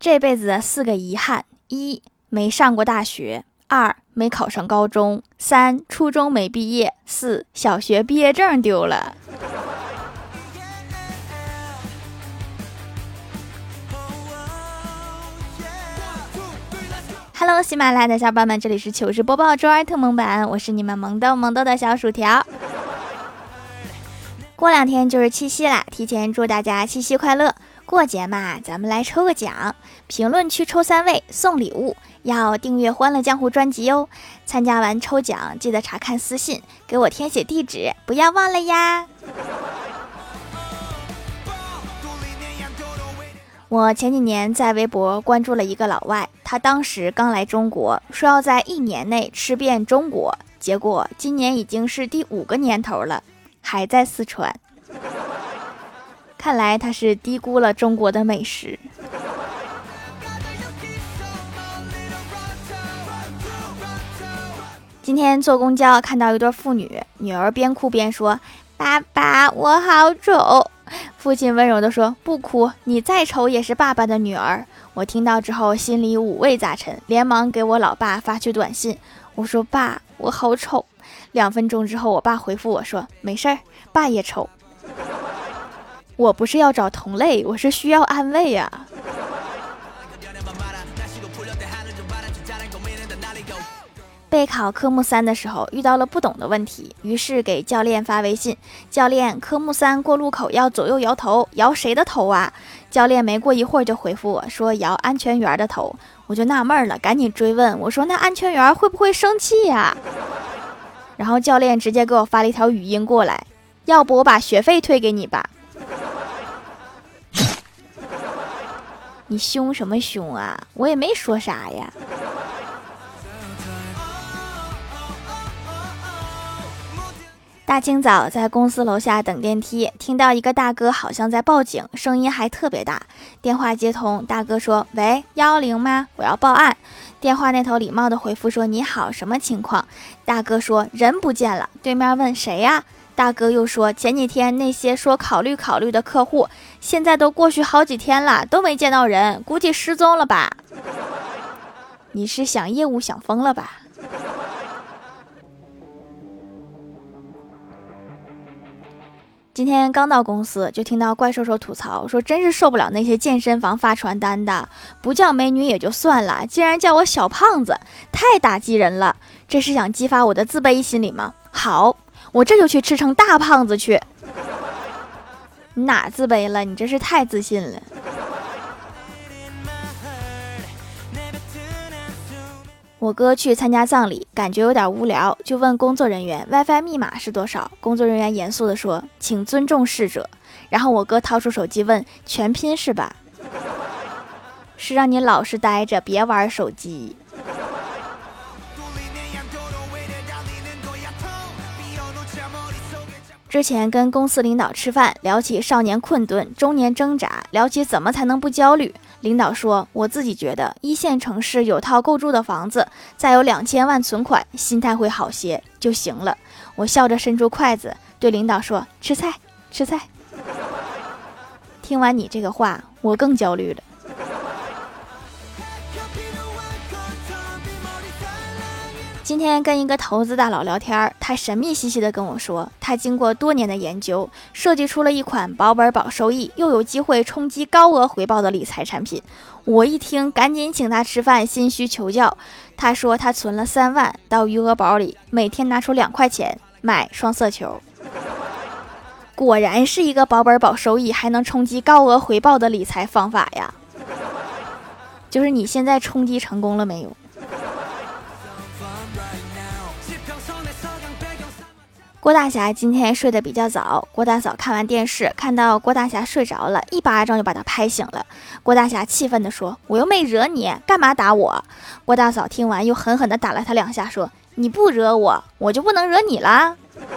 这辈子的4个遗憾：一、没上过大学；2、没考上高中；3、初中没毕业；4、小学毕业证丢了。Hello， 喜马拉雅的小伙伴们，这里是糗事播报周二特蒙版，我是你们萌豆的小薯条。过2天就是七夕啦，提前祝大家七夕快乐。过节嘛，咱们来抽个奖，评论区抽3位送礼物，要订阅欢乐江湖专辑哦。参加完抽奖记得查看私信，给我填写地址，不要忘了呀。我前几年在微博关注了一个老外，他当时刚来中国，说要在1年内吃遍中国，结果今年已经是第5个年头了，还在四川。看来他是低估了中国的美食。今天坐公交看到一对父女，女儿边哭边说：“爸爸，我好丑。”父亲温柔地说：“不哭，你再丑也是爸爸的女儿。”我听到之后心里五味杂陈，连忙给我老爸发去短信，我说：“爸，我好丑。”2分钟之后，我爸回复我说：“没事儿，爸也丑。”我不是要找同类，我是需要安慰啊。备考科目3的时候遇到了不懂的问题，于是给教练发微信：“教练，科目3过路口要左右摇头，摇谁的头啊？”教练没过一会儿就回复我说：“摇安全员的头。”我就纳闷了，赶紧追问，我说：“那安全员会不会生气呀？”然后教练直接给我发了一条语音过来：“要不我把学费退给你吧。”你凶什么凶啊？我也没说啥呀。大清早在公司楼下等电梯，听到一个大哥好像在报警，声音还特别大。电话接通，大哥说：“喂，110吗？我要报案。”电话那头礼貌的回复说：“你好，什么情况？”大哥说：“人不见了。”对面问：“谁呀？”大哥又说：“前几天那些说考虑的客户，现在都过去好几天了，都没见到人，估计失踪了吧？”你是想业务想疯了吧？今天刚到公司，就听到怪兽兽吐槽说：“真是受不了那些健身房发传单的，不叫美女也就算了，竟然叫我小胖子，太打击人了。这是想激发我的自卑心理吗？好，我这就去吃成大胖子去。”你哪自卑了？你这是太自信了。我哥去参加葬礼，感觉有点无聊，就问工作人员 WiFi 密码是多少。工作人员严肃地说：“请尊重逝者。”然后我哥掏出手机问：“全拼是吧？”是让你老实待着，别玩手机。之前跟公司领导吃饭，聊起少年困顿、中年挣扎，聊起怎么才能不焦虑。领导说：“我自己觉得1线城市有套够住的房子，再有2000万存款，心态会好些就行了。”我笑着伸出筷子对领导说：“吃菜，吃菜。”听完你这个话，我更焦虑了。今天跟一个投资大佬聊天，他神秘兮兮地跟我说，他经过多年的研究，设计出了一款保本保收益又有机会冲击高额回报的理财产品。我一听赶紧请他吃饭，心虚求教。他说他存了3万到余额宝里，每天拿出2块钱买双色球。果然是一个保本保收益还能冲击高额回报的理财方法呀。就是你现在冲击成功了没有？郭大侠今天睡得比较早，郭大嫂看完电视，看到郭大侠睡着了，一巴掌就把他拍醒了。郭大侠气愤地说：“我又没惹你，干嘛打我？”郭大嫂听完又狠狠地打了他2下，说：“你不惹我，我就不能惹你啦。”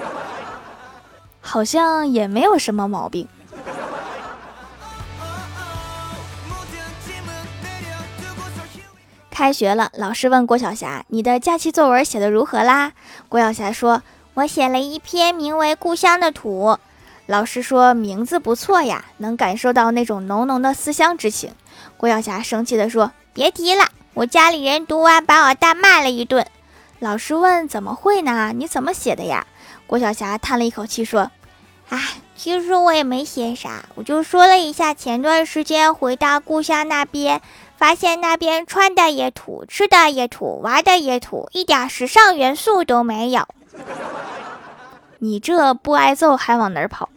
好像也没有什么毛病。开学了，老师问郭晓霞：“你的假期作文写得如何啦？”郭晓霞说：“我写了一篇名为《故乡的土》。”老师说：“名字不错呀，能感受到那种浓浓的思乡之情。” 郭晓霞生气地说：别提了，我家里人读完把我大骂了一顿。老师问怎么会呢？你怎么写的呀？郭晓霞叹了一口气说：其实我也没写啥，我就说了一下前段时间回到故乡那边，发现那边穿的也土，吃的也土，玩的也土，一点时尚元素都没有。你这不挨揍还往哪儿跑？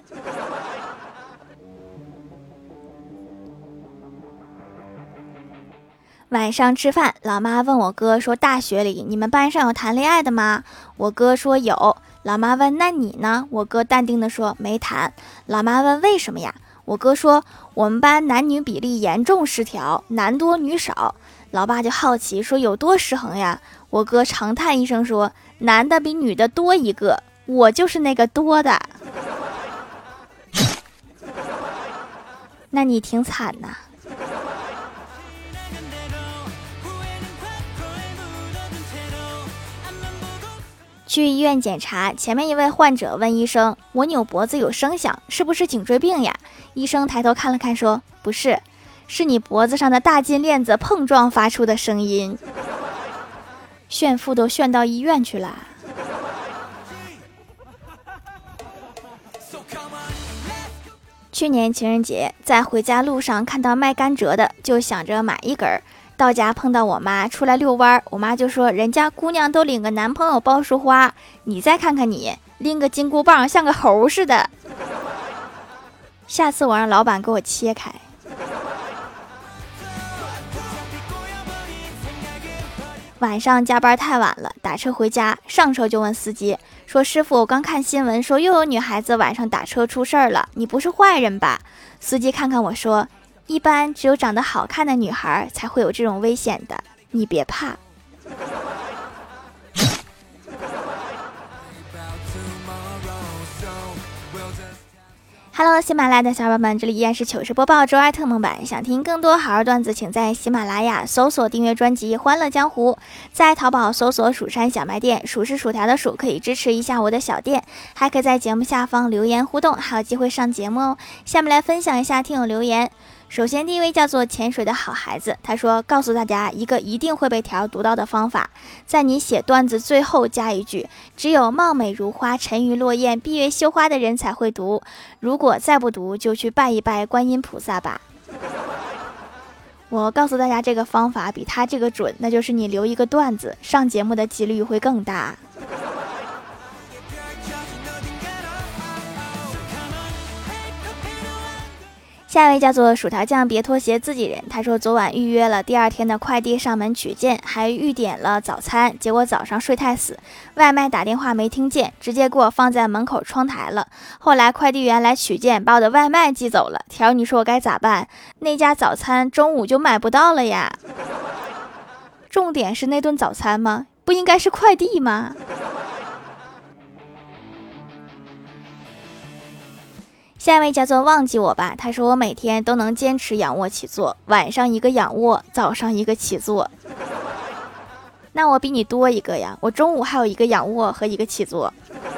晚上吃饭，老妈问我哥说：大学里你们班上有谈恋爱的吗？我哥说有。老妈问：那你呢？我哥淡定地说：没谈。老妈问：为什么呀？我哥说：我们班男女比例严重失调，男多女少。老爸就好奇说：有多失衡呀？我哥长叹一声说：男的比女的多一个，我就是那个多的。那你挺惨呐。去医院检查，前面一位患者问医生：我扭脖子有声响，是不是颈椎病呀？医生抬头看了看说：不是，是你脖子上的大金链子碰撞发出的声音。炫富都炫到医院去了。去年情人节在回家路上看到卖甘蔗的，就想着买一根儿。到家碰到我妈出来遛弯，我妈就说人家姑娘都领个男朋友包束花，你再看看你拎个金箍棒像个猴似的。下次我让老板给我切开。晚上加班太晚了，打车回家，上车就问司机说：师傅，我刚看新闻说又有女孩子晚上打车出事儿了，你不是坏人吧？司机看看我说：一般只有长得好看的女孩才会有这种危险的，你别怕。Hello， 喜马拉雅的小伙伴们，这里依然是糗事播报周二特蒙版。想听更多好玩段子，请在喜马拉雅搜索订阅专辑《欢乐江湖》，在淘宝搜索蜀山小卖店，蜀是薯条的蜀，可以支持一下我的小店，还可以在节目下方留言互动，还有机会上节目哦。下面来分享一下听友留言。首先第一位叫做潜水的好孩子，他说告诉大家一个一定会被条读到的方法，在你写段子最后加一句只有貌美如花沉鱼落雁闭月羞花的人才会读，如果再不读就去拜一拜观音菩萨吧。我告诉大家这个方法比他这个准，那就是你留一个段子上节目的几率会更大。下一位叫做薯条酱别拖鞋自己人，他说昨晚预约了第二天的快递上门取件，还预点了早餐，结果早上睡太死，外卖打电话没听见，直接给我放在门口窗台了。后来快递员来取件，把我的外卖寄走了。条你说我该咋办？那家早餐中午就买不到了呀。重点是那顿早餐吗？不应该是快递吗？下一位叫做忘记我吧，他说我每天都能坚持仰卧起坐，晚上一个仰卧，早上一个起坐。那我比你多一个呀，我中午还有一个仰卧和一个起坐。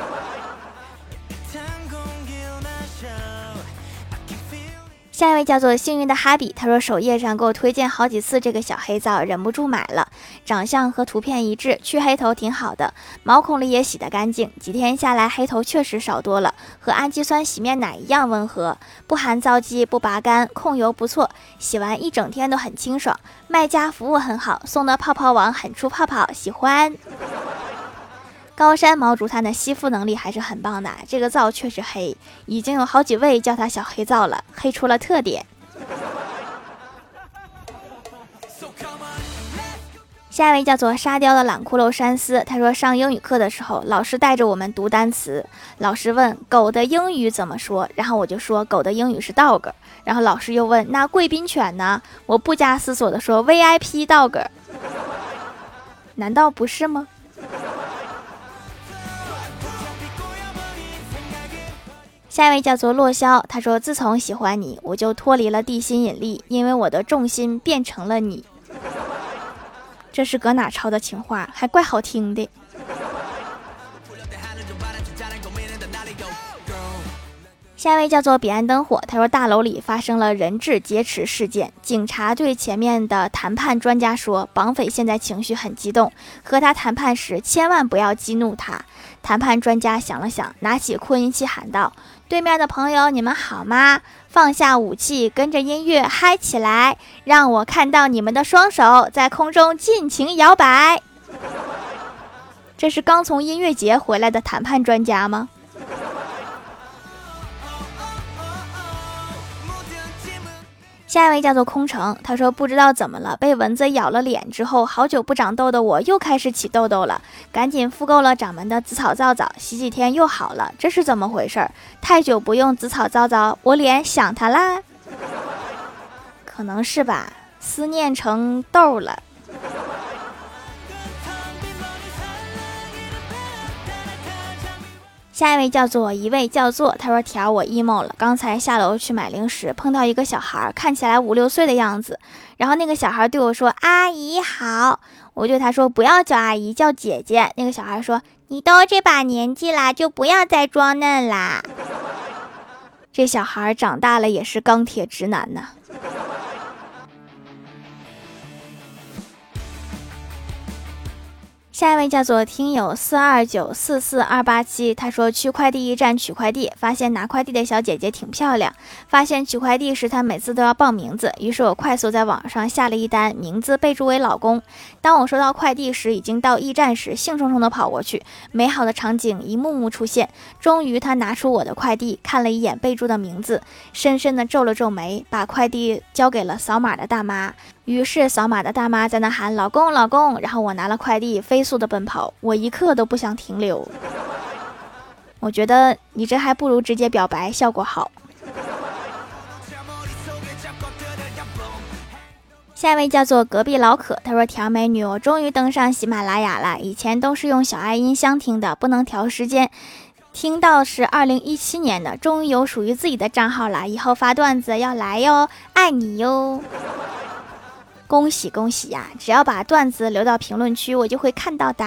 下一位叫做幸运的哈比，他说首页上给我推荐好几次这个小黑皂，忍不住买了，长相和图片一致，去黑头挺好的，毛孔里也洗得干净，几天下来黑头确实少多了，和氨基酸洗面奶一样温和，不含皂基，不拔干，控油不错，洗完一整天都很清爽，卖家服务很好，送的泡泡网很出泡泡，喜欢。高山毛竹炭的吸附能力还是很棒的，这个皂确实黑，已经有好几位叫它小黑皂了，黑出了特点。下一位叫做沙雕的懒骷髅山丝，他说上英语课的时候，老师带着我们读单词，老师问狗的英语怎么说，然后我就说狗的英语是 dog， 然后老师又问那贵宾犬呢，我不加思索的说 VIP dog， 难道不是吗？下一位叫做洛霄，他说自从喜欢你，我就脱离了地心引力，因为我的重心变成了你。这是搁哪抄的情话，还怪好听的。 下一位叫做彼岸灯火，他说大楼里发生了人质劫持事件，警察对前面的谈判专家说，绑匪现在情绪很激动，和他谈判时千万不要激怒他。谈判专家想了想，拿起扩音器喊道，对面的朋友你们好吗？放下武器，跟着音乐嗨起来，让我看到你们的双手在空中尽情摇摆。这是刚从音乐节回来的谈判专家吗？下一位叫做空城，他说不知道怎么了，被蚊子咬了脸之后，好久不长痘的我又开始起痘痘了，赶紧复购了掌门的紫草皂皂，洗几天又好了，这是怎么回事？太久不用紫草皂皂，我脸想它啦？可能是吧，思念成痘了。下一位叫做他说条我 emo 了，刚才下楼去买零食，碰到一个小孩，看起来5、6岁的样子，然后那个小孩对我说阿姨好，我对他说不要叫阿姨，叫姐姐。那个小孩说你都这把年纪啦，就不要再装嫩啦。这小孩长大了也是钢铁直男呢。下一位叫做听友429448287，他说去快递驿站取快递，发现拿快递的小姐姐挺漂亮，发现取快递时她每次都要报名字，于是我快速在网上下了一单，名字备注为老公。当我收到快递时，已经到驿站时，兴冲冲的跑过去，美好的场景一幕幕出现。终于他拿出我的快递，看了一眼备注的名字，深深的皱了皱眉，把快递交给了扫码的大妈。于是扫码的大妈在那喊老公老公，然后我拿了快递飞速的奔跑，我一刻都不想停留。我觉得你这还不如直接表白效果好。下一位叫做隔壁老可，他说调美女，我终于登上喜马拉雅了，以前都是用小爱音箱听的，不能调时间，听到是2017年的，终于有属于自己的账号了，以后发段子要来哟，爱你哟。恭喜恭喜呀！只要把段子留到评论区，我就会看到的。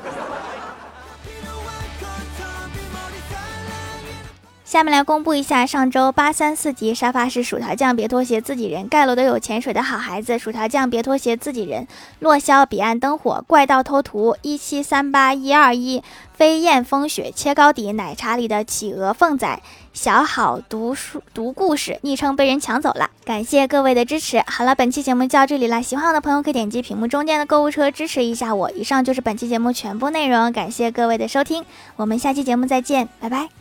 下面来公布一下上周834集沙发是薯条酱别拖鞋自己人，盖楼的有潜水的好孩子，薯条酱别拖鞋自己人，落霄彼岸灯火，怪盗偷图1738121，飞燕风雪，切糕底，奶茶里的企鹅凤仔，小好读故事，昵称被人抢走了，感谢各位的支持。好了，本期节目就到这里了，喜欢我的朋友可以点击屏幕中间的购物车支持一下我。以上就是本期节目全部内容，感谢各位的收听，我们下期节目再见，拜拜。